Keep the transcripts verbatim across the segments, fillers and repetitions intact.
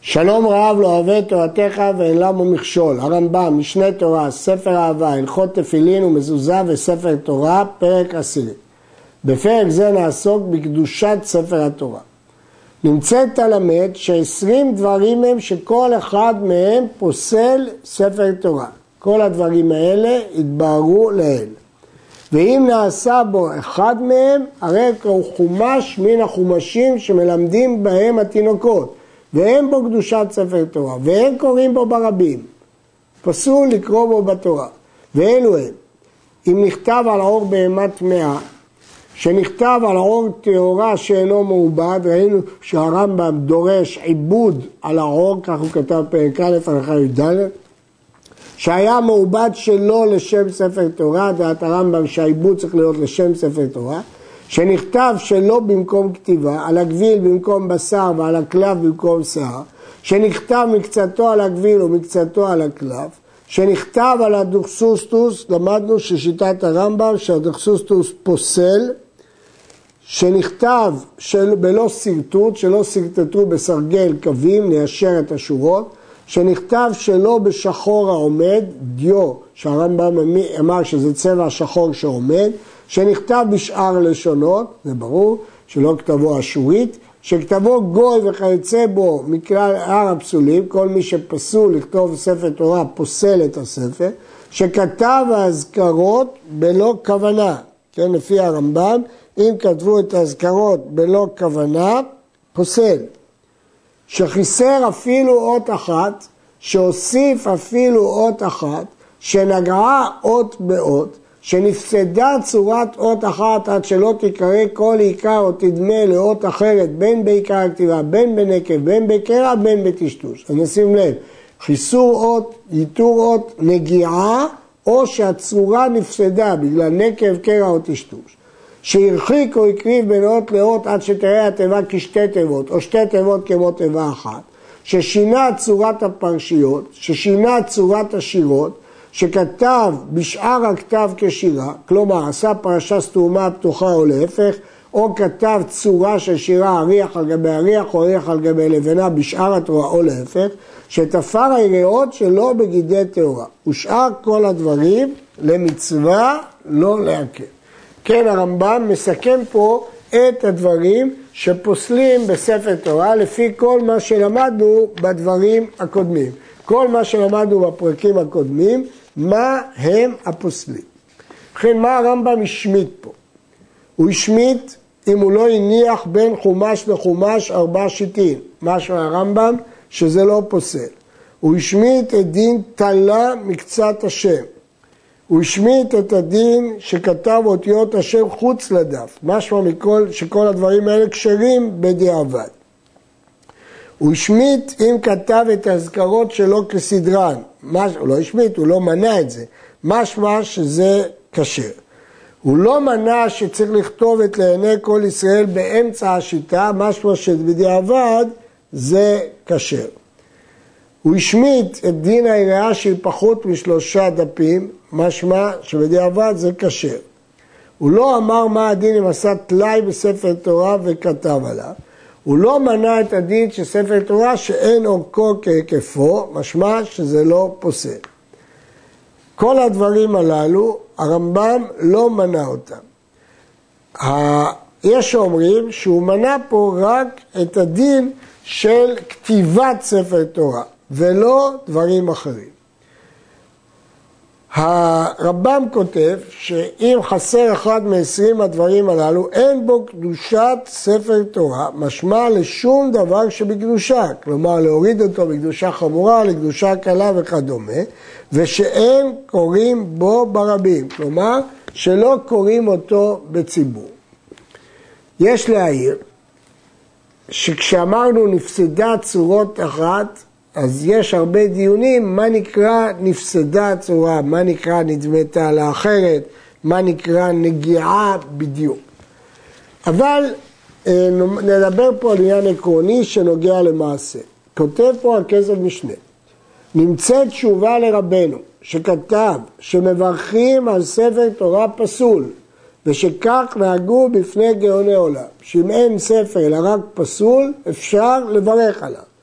שלום רב לא אוהב את תורתך ואין למו מכשול. הרמב"ם, משנה תורה, ספר אהבה, הלכות תפילין ומזוזה וספר תורה, פרק עשירי. בפרק זה נעסוק בקדושת ספר התורה. נמצאת למד שעשרים דברים הם שכל אחד מהם פוסל ספר תורה. כל הדברים האלה התבררו לעיל. ואם נעשה בו אחד מהם, הרי הוא חומש מן החומשים שמלמדים בהם התינוקות. ואין בו קדושת ספר תורה, ואין קוראים בו ברבים. פסול לקרוא בו בתורה. ואלו הם, אם נכתב על עור בהמה טמאה, שנכתב על עור טהורה שאינו מעובד, ראינו שהרמב"ם דורש עיבוד על העור, כך הוא כתב פרק א' הלכה י"ד, שהיה מעובד שלא לשם ספר תורה, דעת הרמב"ם שהעיבוד צריך להיות לשם ספר תורה, שנכתב שלא במקום כתיבה, על הגביל במקום בשר ועל הכלב במקום שיער, שנכתב מקצתו על הגביל ומקצתו על הכלב, שנכתב על הדוכסוסטוס, למדנו ששיטת הרמב"ם שהדוכסוסטוס פוסל, שנכתב של, בלא סרטוט, שלא סרטטו בסרגל קווים, ניישר את השורות, שנכתב שלא בשחור העומד, דיו, שהרמב"ם אמר שזה צבע שחור שעומד, שנכתב בשאר לשונות, זה ברור, שלא כתבו אשורית, שכתבו גוי וכיוצא בו מכלל הר הפסולים, כל מי שפסול לכתוב ספר תורה פוסל את הספר, שכתב ההזכרות בלא כוונה, כן, לפי הרמב"ם, אם כתבו את ההזכרות בלא כוונה, פוסל. שחיסר אפילו אות אחת, שהוסיף אפילו אות אחת, שנגעה אות באות, שנפסדה צורת אות אחת עד שלא תקרא כל עיקר או תדמה לאות אחרת, בין בעיקר הכתיבה, בין בנקב, בין בקרע, בין בתשטוש. אז נשים לב, חיסור אות, ייתור אות, נגיעה, או שהצורה נפסדה בגלל נקב, קרע או תשטוש. שהרחיק או הקריב בין אות לאות עד שתראה התיבה כשתי תיבות, או שתי תיבות כמו תיבה אחת. ששינה צורת הפרשיות, ששינה צורת השירות, שכתב בשאר הכתב כשירה, כלומר עשה פרשה סתומה פתוחה או להפך, או כתב צורה של שירה אריח על גבי אריח או אריח על גבי לבנה בשאר התורה או להפך, שתפר היראות שלא בגידי תאורה. ושאר כל הדברים למצווה לא לעכב. כן, הרמב"ם מסכם פה את הדברים שפוסלים בספר תורה לפי כל מה שלמדנו בדברים הקודמים. כל מה שלמדנו בפרקים הקודמים, מה הם הפוסלים. לכן מה הרמב"ם השמיט פה? הוא השמיט אם הוא לא הניח בין חומש לחומש ארבע שיטין. משהו הרמב"ם שזה לא פוסל. הוא השמיט את דין תלה מקצת השם. הוא השמיט את הדין שכתב אותיות השם חוץ לדף. משהו מכל שכל הדברים האלה כשרים בדיעבד. הוא השמיט אם כתב את ההזכרות שלו כסדרן. מש... הוא לא השמיט, הוא לא מנע את זה. משמע שזה כשר. הוא לא מנע שצריך לכתוב את לעיני כל ישראל באמצע השיטה, משמע שבדיעבד זה כשר. הוא השמיט את דין היראה של פחות משלושה דפים, משמע שבדיעבד זה כשר. הוא לא אמר מה הדין אם עשה תלאי בספר תורה וכתב עליו. הוא לא מנע את הדין של ספר תורה שאין אורכו כהיקפו, משמע שזה לא פוסל. כל הדברים הללו, הרמב"ם לא מנע אותם. יש שאומרים שהוא מנע פה רק את הדין של כתיבת ספר תורה, ולא דברים אחרים. הרמב"ם כותב שאם חסר אחד מעשרים הדברים הללו, אין בו קדושת ספר תורה, משמע לשום דבר שבקדושה, כלומר להוריד אותו בקדושה חמורה, לקדושה קלה וכדומה, ושאין קוראים בו ברבים, כלומר שלא קוראים אותו בציבור. יש להעיר שכשאמרנו נפסדה צורות אחת, אז יש הרבה דיונים מה נקרא נפסדה צורה, מה נקרא נדמתה לאחרת, מה נקרא נגיעה בדיוק. אבל נדבר פה על עניין עקרוני שנוגע למעשה. כותב פה הכסף משנה. נמצאת תשובה לרבנו שכתב שמברכים על ספר תורה פסול, ושכך נהגו בפני גאוני עולם. שאם אין ספר אלא רק פסול, אפשר לברך עליו.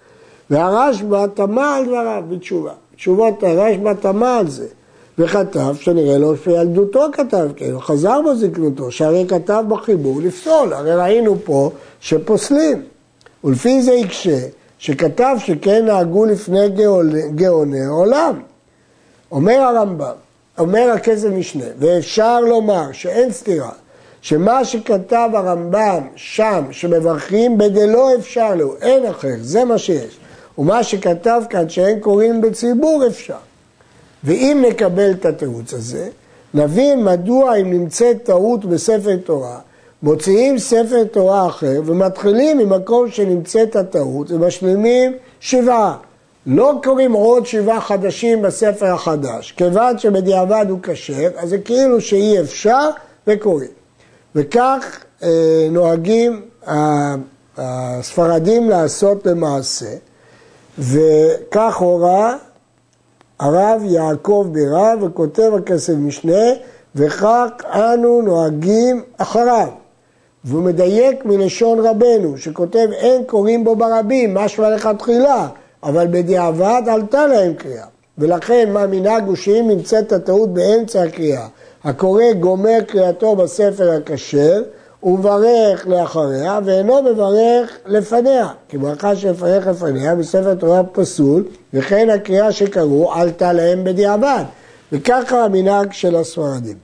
והרשב"א תמה על דבריו בתשובה. תשובות הרשב"א תמה על זה, וכתב שנראה לו שילדותו כתב, כי הוא חזר בזקנותו, שהרי כתב בחיבור לפסול, הרי ראינו פה שפוסלים. ולפי זה יקשה, שכתב שכן נהגו לפני גאוני העולם. אומר הרמב"ם, אומר הכסף משנה, ואפשר לומר שאין סתירה, שמה שכתב הרמב"ם שם, שמברכים בדלא אפשר לו, אין אחר, זה מה שיש. ומה שכתב כאן שאין קוראים בציבור אפשר. ואם נקבל את התירוץ הזה, נבין מדוע אם נמצאת טעות בספר תורה, מוציאים ספר תורה אחר ומתחילים ממקום שנמצאת הטעות ומשלימים שבעה. לא קוראים עוד שבעה חדשים בספר החדש. כיוון שבדיעבד הוא כשר, אז זה כאילו שאי אפשר וקוראים. וכך אה, נוהגים אה, הספרדים לעשות למעשה, וכך הורה הרב יעקב בירב וכותב הכסף משנה, וכך אנו נוהגים אחריו. והוא מדייק מלשון רבנו, שכותב אין קוראים בו ברבים, משמע לכתחילה, אבל בדיעבד עלתה להם קריאה. ולכן מה מנהג הוא שאם נמצאת הטעות באמצע הקריאה, הקורא גומר קריאתו בספר הכשר, הוא מברך לאחריה ואינו מברך לפניה, כי ברכה שלפניך לפניה בספר תורה פסול, וכן הקריאה שקראו עלתה להם בדיעבד. וככה המנהג של הספרדים.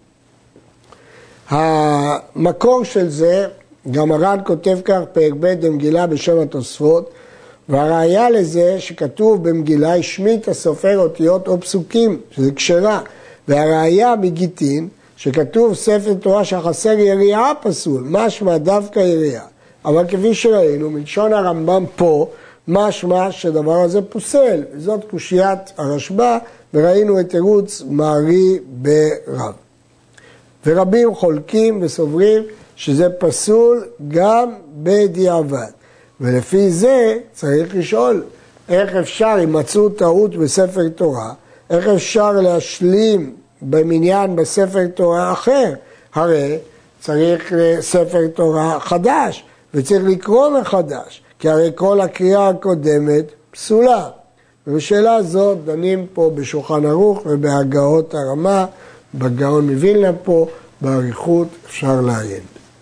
המקור של זה, גם הר"ן כותב כך פרק ב' במגילה בשם התוספות, והראיה לזה שכתוב במגילה השמיט הסופר אותיות או פסוקים, שזה כשרה, והראיה מגיטין, שכתוב ספר תורה שחסר יריעה פסול, משמע דווקא יריעה. אבל כפי שראינו, מלשון הרמב"ם פה, משמע שדבר הזה פוסל. זאת קושיית הרשב"א, וראינו את תירוץ מערי ברב. ורבים חולקים וסוברים שזה פסול גם בדיעבד. ולפי זה צריך לשאול איך אפשר, אם מצאו טעות בספר תורה, איך אפשר להשלים במניין בספר תורה אחר. הרי צריך ספר תורה חדש, וצריך לקרוא מחדש, כי הרי כל הקריאה הקודמת פסולה. ובשאלה הזאת דנים פה בשולחן ערוך ובהגאות הרמה, בגאון מווילנה פה, באריכות אפשר לעיין.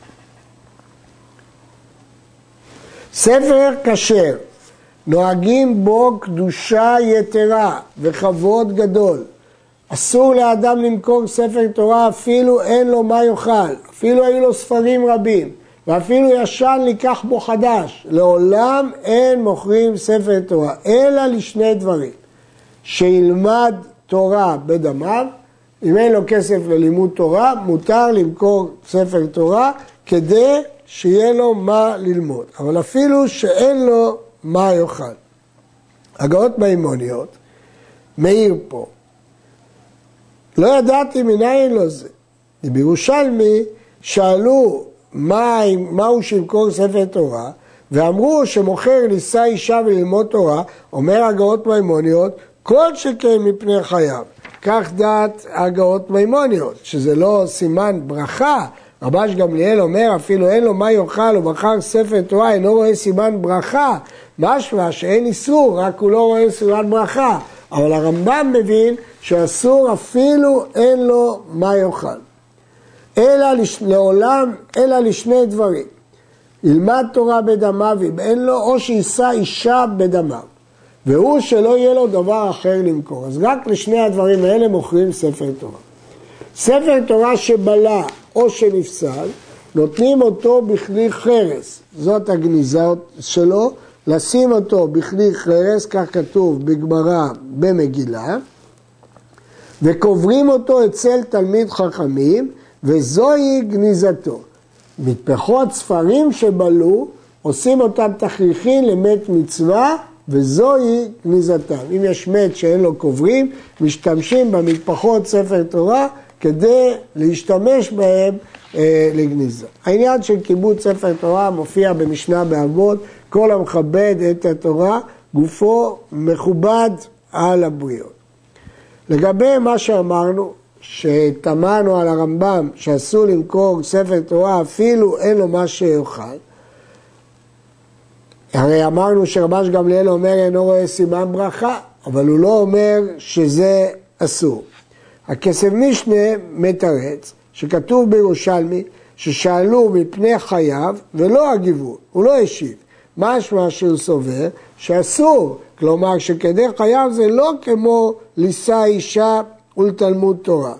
ספר כשר, נוהגים בו קדושה יתרה וכבוד גדול. אסור לאדם למכור ספר תורה אפילו אין לו מה יאכל, אפילו היו לו ספרים רבים, ואפילו ישן לקח בו חדש. לעולם אין מוכרים ספר תורה, אלא לשני דברים. שילמד תורה בדמיו, אם אין לו כסף ללימוד תורה, מותר למכור ספר תורה כדי שיהיה לו מה ללמוד. אבל אפילו שאין לו מה יאכל. הגאות מימוניות, מאיר פה. לא ידעתי מניין לו זה. בירושלמי שאלו מה, מהו שימכור ספר תורה, ואמרו שמוכר לישא אישה וללמוד תורה, אומר הגאות מימוניות, כל שכן מפני חייו. כך דעת הגאות מימוניות, שזה לא סימן ברכה. רבש גמליאל אומר, אפילו אין לו מה יאכל, הוא מכר ספר תורה, אינו רואה סימן ברכה. משמע שאין איסור, רק הוא לא רואה סימן ברכה. אבל הרמב"ם מבין שאסור אפילו אין לו מה יאכל. אלא לש... לעולם, אלא לשני דברים. ילמד תורה בדמיו, אם אין לו, או שישא אישה בדמיו. והוא שלא יהיה לו דבר אחר למכור. אז רק לשני הדברים האלה מוכרים ספר תורה. ספר תורה שבלה או שנפסל, נותנים אותו בכלי חרס. זאת הגניזה שלו. לשים אותו בכלי חרס, כך כתוב בגמרא במגילה, וקוברים אותו אצל תלמיד חכמים, וזוהי גניזתו. מטפחות ספרים שבלו, עושים אותם תכריכים למת מצווה, וזוהי גניזתם. אם יש מת שאין לו קוברים, משתמשים במטפחות ספר תורה, כדי להשתמש בהם אה, לגניזה. העניין של קיבוץ ספר תורה מופיע במשנה באבות, כל המכבד את התורה, גופו מכובד על הבריות. לגבי מה שאמרנו, שתמנו על הרמב"ם, שאסור למכור ספר תורה, אפילו אין לו מה שיאכל, הרי אמרנו שרבש גמליאל אומר אינו רואה סימן ברכה, אבל הוא לא אומר שזה אסור. הכסף משנה מתרץ שכתוב בירושלמי ששאלו מפני חייו ולא הגיבו, הוא לא השיב. משמע שהוא סובר שאסור, כלומר שכדי חייו זה לא כמו לישא אישה ולתלמוד תורה.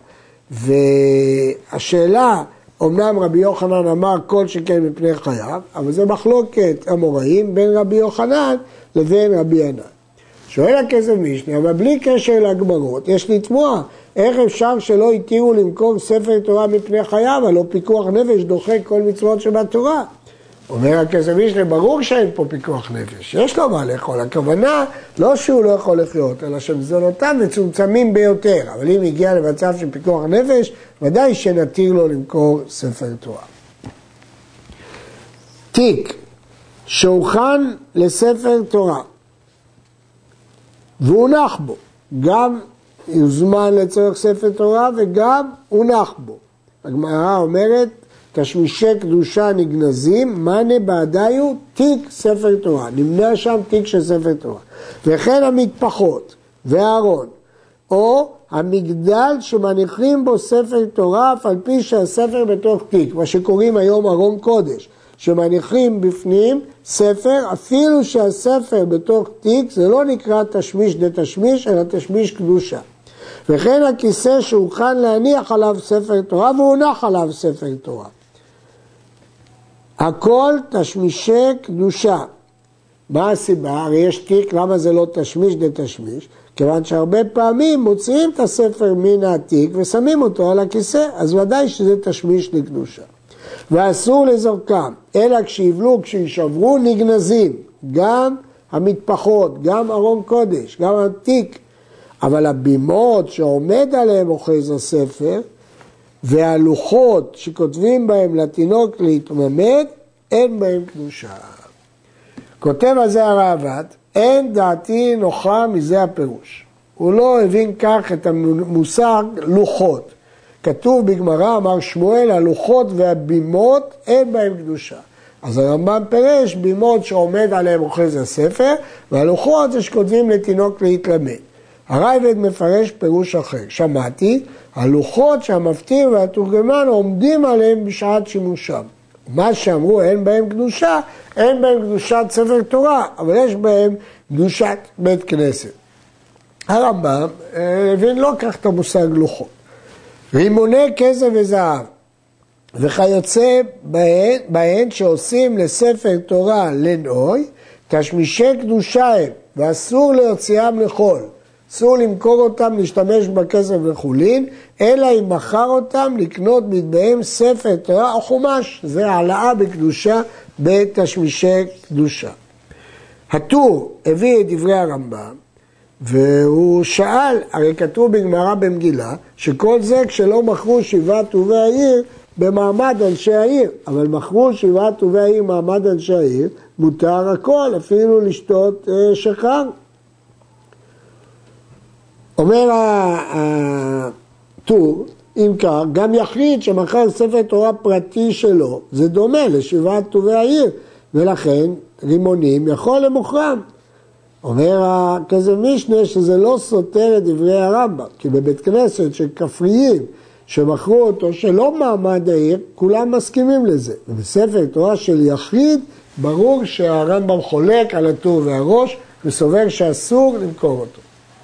והשאלה, אמנם רבי יוחנן אמר כל שכן מפני חייו, אבל זה מחלוקת אמוראים בין רבי יוחנן לבין רבי ענן. שואל הכסף משנה, אבל בלי קשר להגמרות, יש לתמוה, איך אפשר שלא התירו למכור ספר תורה מפני חייו, הלא פיקוח נפש דוחה כל מצוות שבתורה. אומר הכסף משנה, ברור שאין פה פיקוח נפש, יש לו מה לאכול, הכוונה לא שהוא לא יכול לחיות, אלא שמזונותיו מצומצמים ביותר, אבל אם הגיע למצב של פיקוח נפש, ודאי שנתיר לו למכור ספר תורה. תיק שהוכן לספר תורה, והונח בו, גם יוזמן לצורך ספר תורה וגם הונח בו. הגמרא אומרת, תשמישי קדושה נגנזים, מנה בעדיו תיק ספר תורה, נמנה שם תיק של ספר תורה. וכן המטפחות והארון, או המגדל שמניחים בו ספר תורה, אף על פי שהספר בתוך תיק, מה שקוראים היום ארון קודש, שמניחים בפנים ספר, אפילו שהספר בתוך תיק, זה לא נקרא תשמיש דה תשמיש, אלא תשמיש קדושה. וכן הכיסא שהוכן להניח עליו ספר תורה, והונח עליו ספר תורה. הכל תשמישי קדושה. מה הסיבה? הרי יש תיק, למה זה לא תשמיש דה תשמיש? כיוון שהרבה פעמים מוציאים את הספר מן התיק ושמים אותו על הכיסא, אז ודאי שזה תשמיש לקדושה. ואסור לזורקם, אלא כשיבלו, כשישברו, נגנזים. גם המטפחות, גם ארון קודש, גם התיק. אבל הבימות שעומד עליהם אוחז הספר, והלוחות שכותבים בהם לתינוק להתממד, אין בהם קדושה. כותב על זה הראב"ד, אין דעתי נוחה מזה הפירוש. הוא לא הבין כך את המושג לוחות. כתוב בגמרא, אמר שמואל, הלוחות והבימות אין בהם קדושה. אז הרמב"ם פירש בימות שעומד עליהם אוחז הספר, והלוחות זה שכותבים לתינוק להתלמד. הרייבד מפרש פירוש אחר. שמעתי, הלוחות שהמפטיר והתורגמן עומדים עליהם בשעת שימושם. מה שאמרו, אין בהם קדושה, אין בהם קדושת ספר תורה, אבל יש בהם קדושת בית כנסת. הרמב"ם הבין לא כך את המושג לוחות. רימוני כסף וזהב, וכיוצא בהן, בהן שעושים לספר תורה לנוי, תשמישי קדושה הם, ואסור להוציאם לחול. אסור למכור אותם, להשתמש בכסף לחולין, אלא אם מכר אותם, לקנות מטבעיהם ספר תורה או חומש. זה העלאה בקדושה בתשמישי קדושה. הטור הביא את דברי הרמב"ם, והוא שאל, הרי כתוב בגמרא במגילה, שכל זה כשלא מכרו שבעת טובי העיר במעמד אנשי העיר, אבל מכרו שבעת טובי העיר מעמד אנשי העיר, מותר הכל, אפילו לשתות שחר. אומר הטור, אם כך, גם יחיד שמכר ספר תורה פרטי שלו, זה דומה לשבעת טובי העיר, ולכן רימונים יכול למוכרם. אומר הכסף משנה שזה לא סותר את דברי הרמב"ם, כי בבית כנסת של כפריים שמכרו אותו שלא מעמד העיר, כולם מסכימים לזה. ובספר תורה של יחיד, ברור שהרמב"ם חולק על הטור והראש, וסובר שאסור למכור אותו.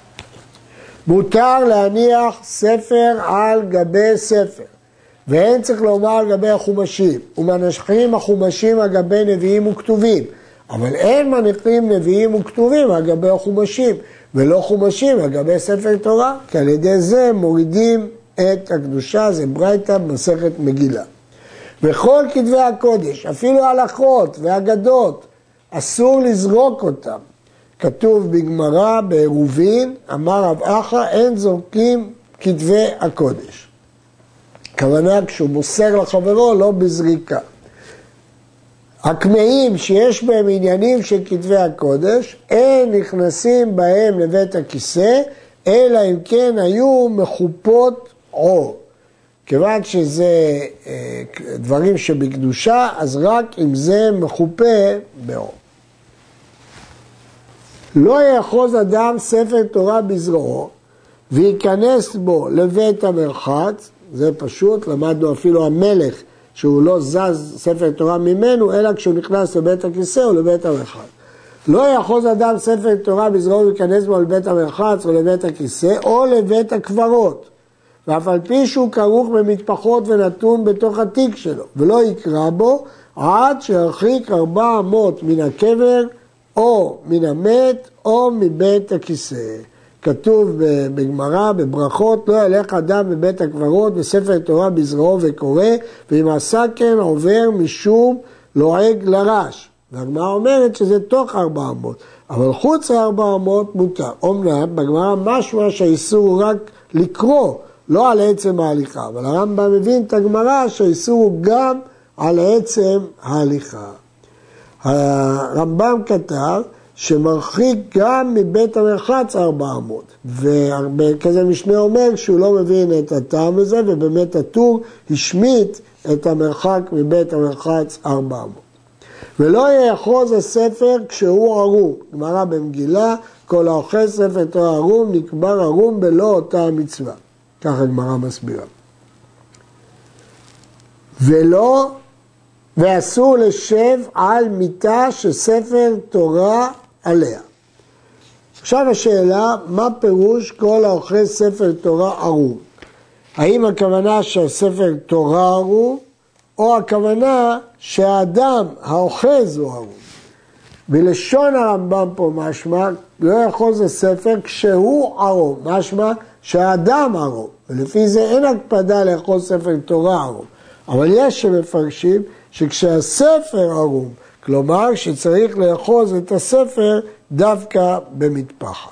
מותר להניח ספר על גבי ספר, ואין צריך לומר על גבי החומשים, ומניחים החומשים על גבי נביאים וכתובים, אבל אין מניחים נביאים וכתובים על גבי החומשים, ולא חומשים על גבי ספר תורה, כי על ידי זה מורידים את הקדושה, זה ברייתא במסכת מגילה. וכל כתבי הקודש, אפילו הלכות ואגדות, אסור לזרוק אותם. כתוב בגמרא בעירובין, אמר רב אחא, אין זורקים כתבי הקודש. הכוונה כשהוא מוסר לחברו, לא בזריקה. הכמהים שיש בהם עניינים של כתבי הקודש, אין נכנסים בהם לבית הכיסא, אלא אם כן היו מחופות עור. כיוון שזה דברים שבקדושה, אז רק אם זה מחופה בעור. לא יאחוז אדם ספר תורה בזרועו, וייכנס בו לבית המרחץ, זה פשוט, למדנו אפילו המלך, שהוא לא זז ספר תורה ממנו, אלא כשהוא נכנס לבית הכיסא או לבית המרחץ. לא יאחוז אדם ספר תורה בזרועו וייכנס בו לבית המרחץ או לבית הכיסא או לבית הקברות, ואף על פי שהוא כרוך במטפחות ונתון בתוך התיק שלו, ולא יקרא בו עד שירחיק ארבע אמות מן הקבר או מן המת או מבית הכיסא. כתוב בגמרא, בברכות, לא ילך אדם בבית הקברות בספר תורה בזרועו וקורא, ואם עשה כן עובר משום לועג לרש. והגמרא אומרת שזה תוך ארבע אמות, אבל חוץ לארבע אמות מותר. אומנם בגמרא משמע שהאיסור הוא רק לקרוא, לא על עצם ההליכה, אבל הרמב"ם מבין את הגמרא שהאיסור הוא גם על עצם ההליכה. הרמב"ם כתב שמרחיק גם מבית המרחץ ארבע אמות, וכזה משנה אומר שהוא לא מבין את הטעם הזה, ובאמת הטור השמיט את המרחק מבית המרחץ ארבע אמות. ולא יאחוז הספר כשהוא ערום. גמרא במגילה, כל האוכל ספר תורה ערום נקבר ערום בלא אותה המצווה. ככה גמרא מסבירה. ולא, ואסור לשב על מיטה שספר תורה עליה. עכשיו השאלה, מה פירוש כל האוכל ספר תורה ערום? האם הכוונה שהספר תורה ערום, או הכוונה שהאדם האוחז הוא ערום? בלשון הרמב"ם פה משמע, לא יאחוז הספר כשהוא ערום, משמע שהאדם ערום, ולפי זה אין הקפדה לאחוז ספר תורה ערום. אבל יש שמפרשים שכשהספר ערום, כלומר שצריך לאחוז את הספר דווקא במטפחת.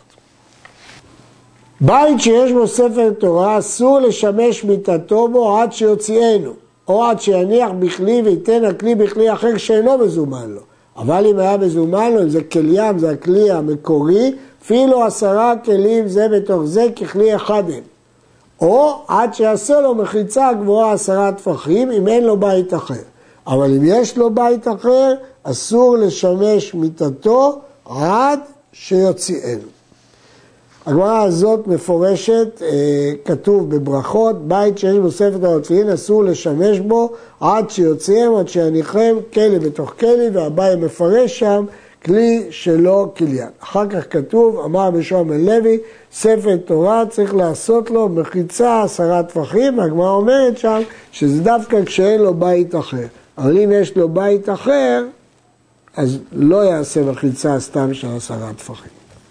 בית שיש בו ספר תורה אסור לשמש מיטתו בו עד שיוציאנו, או עד שיניח בכלי וייתן הכלי בכלי אחר שאינו מזומן לו. אבל אם היה מזומן לו, אם זה כליים, זה הכלי המקורי, אפילו עשרה כלים זה בתוך זה ככלי אחד הם. או עד שיעשה לו מחיצה גבוהה עשרה טפחים, אם אין לו בית אחר. אבל אם יש לו בית אחר, אסור לשמש מיטתו עד שיוציאנו. הגמרא הזאת מפורשת, כתוב בברכות, בית שיש בו ספר תורה ותפילין, אסור לשמש בו עד שיוציאם, עד שיניחם כלי בתוך כלי, והבאי מפרש שם כלי שלא כליין. אחר כך כתוב, אמר רבי יהושע בן לוי, ספר תורה צריך לעשות לו מחיצה עשרה טפחים, והגמרא אומרת שם שזה דווקא כשאין לו בית אחר. אבל אם יש לו בית אחר, אז לא יעשה מחיצה סתם של עשרה טפחים.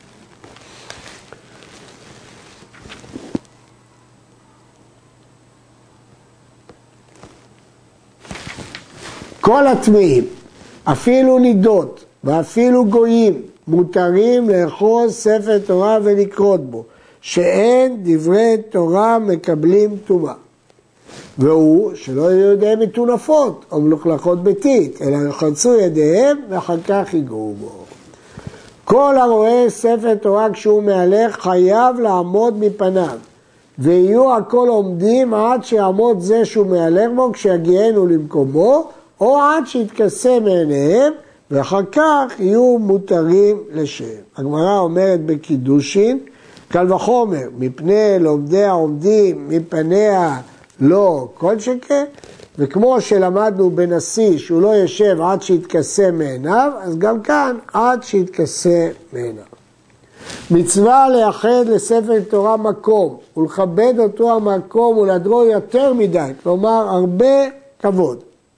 כל הטמאים, אפילו נידות ואפילו גויים, מותרים לאחוז ספר תורה ולקרות בו, שאין דברי תורה מקבלים טומאה. והוא שלא יהיו ידיהם מטונפות או מלוכלכות ביתית, אלא יחצו ידיהם ואחר כך ייגעו בו. כל הרואה ספר תורה כשהוא מהלך חייב לעמוד מפניו, ויהיו הכל עומדים עד שיעמוד זה שהוא מהלך בו כשיגיענו למקומו, או עד שיתכסה מעיניהם, ואחר כך יהיו מותרים לשם. הגמרא אומרת בקידושין, קל וחומר, מפני לומדי העומדים, מפניה לא כל שכן, וכמו שלמדנו בנשיא שהוא לא יושב עד שיתכסה מעיניו, אז גם כאן עד שיתכסה מעיניו. מצווה לייחד לספר תורה מקום, ולכבד אותו המקום ולהדרו יותר מדי, כלומר הרבה כבוד.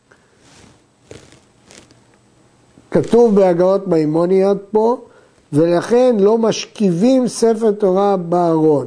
כתוב בהגאות מימוניות פה, ולכן לא משכיבים ספר תורה בארון.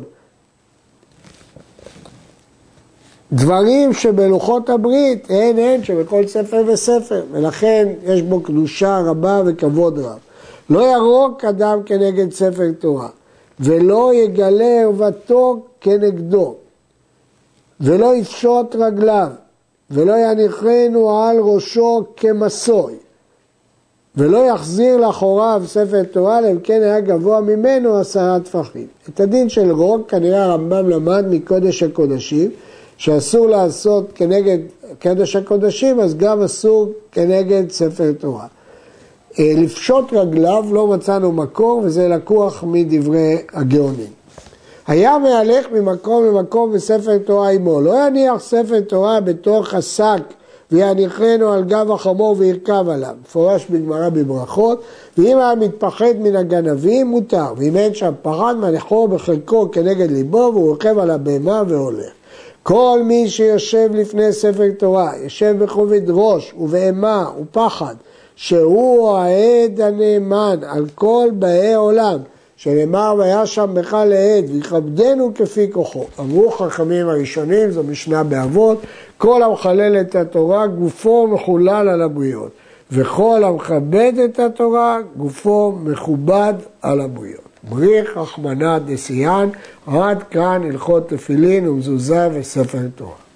דברים שבלוחות הברית אין אין שבכל ספר וספר, ולכן יש בו קדושה רבה וכבוד רב. לא ירוק אדם כנגד ספר תורה, ולא יגלה ערוותו כנגדו, ולא יפשוט רגליו, ולא יניחנו על ראשו כמסוי, ולא יחזיר לאחוריו ספר תורה, אם כן היה גבוה ממנו עשרה טפחים. את הדין של רוק כנראה הרמב"ם למד מקודש הקודשים, שאסור לעשות כנגד קודש הקודשים, אז גם אסור כנגד ספר תורה. לפשוט רגליו לא מצאנו מקור, וזה לקוח מדברי הגאונים. היה מהלך ממקום למקום בספר תורה עמו, לא יניח ספר תורה בתוך השק ויניחנו על גב החמור וירכב עליו, מפורש בגמרא בברכות, ואם היה מתפחד מן הגנבים מותר, ואם אין שם פחד מניחו בחלקו כנגד ליבו והוא רוכב על הבהמה והולך. כל מי שיושב לפני ספר תורה, יושב בכובד ראש ובאימה ופחד, שהוא העד הנאמן על כל באי עולם, שנאמר והיה שם בך לעד ויכבדנו כפי כוחו. אמרו חכמים הראשונים, זו משנה באבות, כל המחלל את התורה גופו מחולל על הבריות, וכל המכבד את התורה גופו מכובד על הבריות. בריך רחמנא דסיין, עד כאן הלכות תפילין ומזוזה וספר תורה.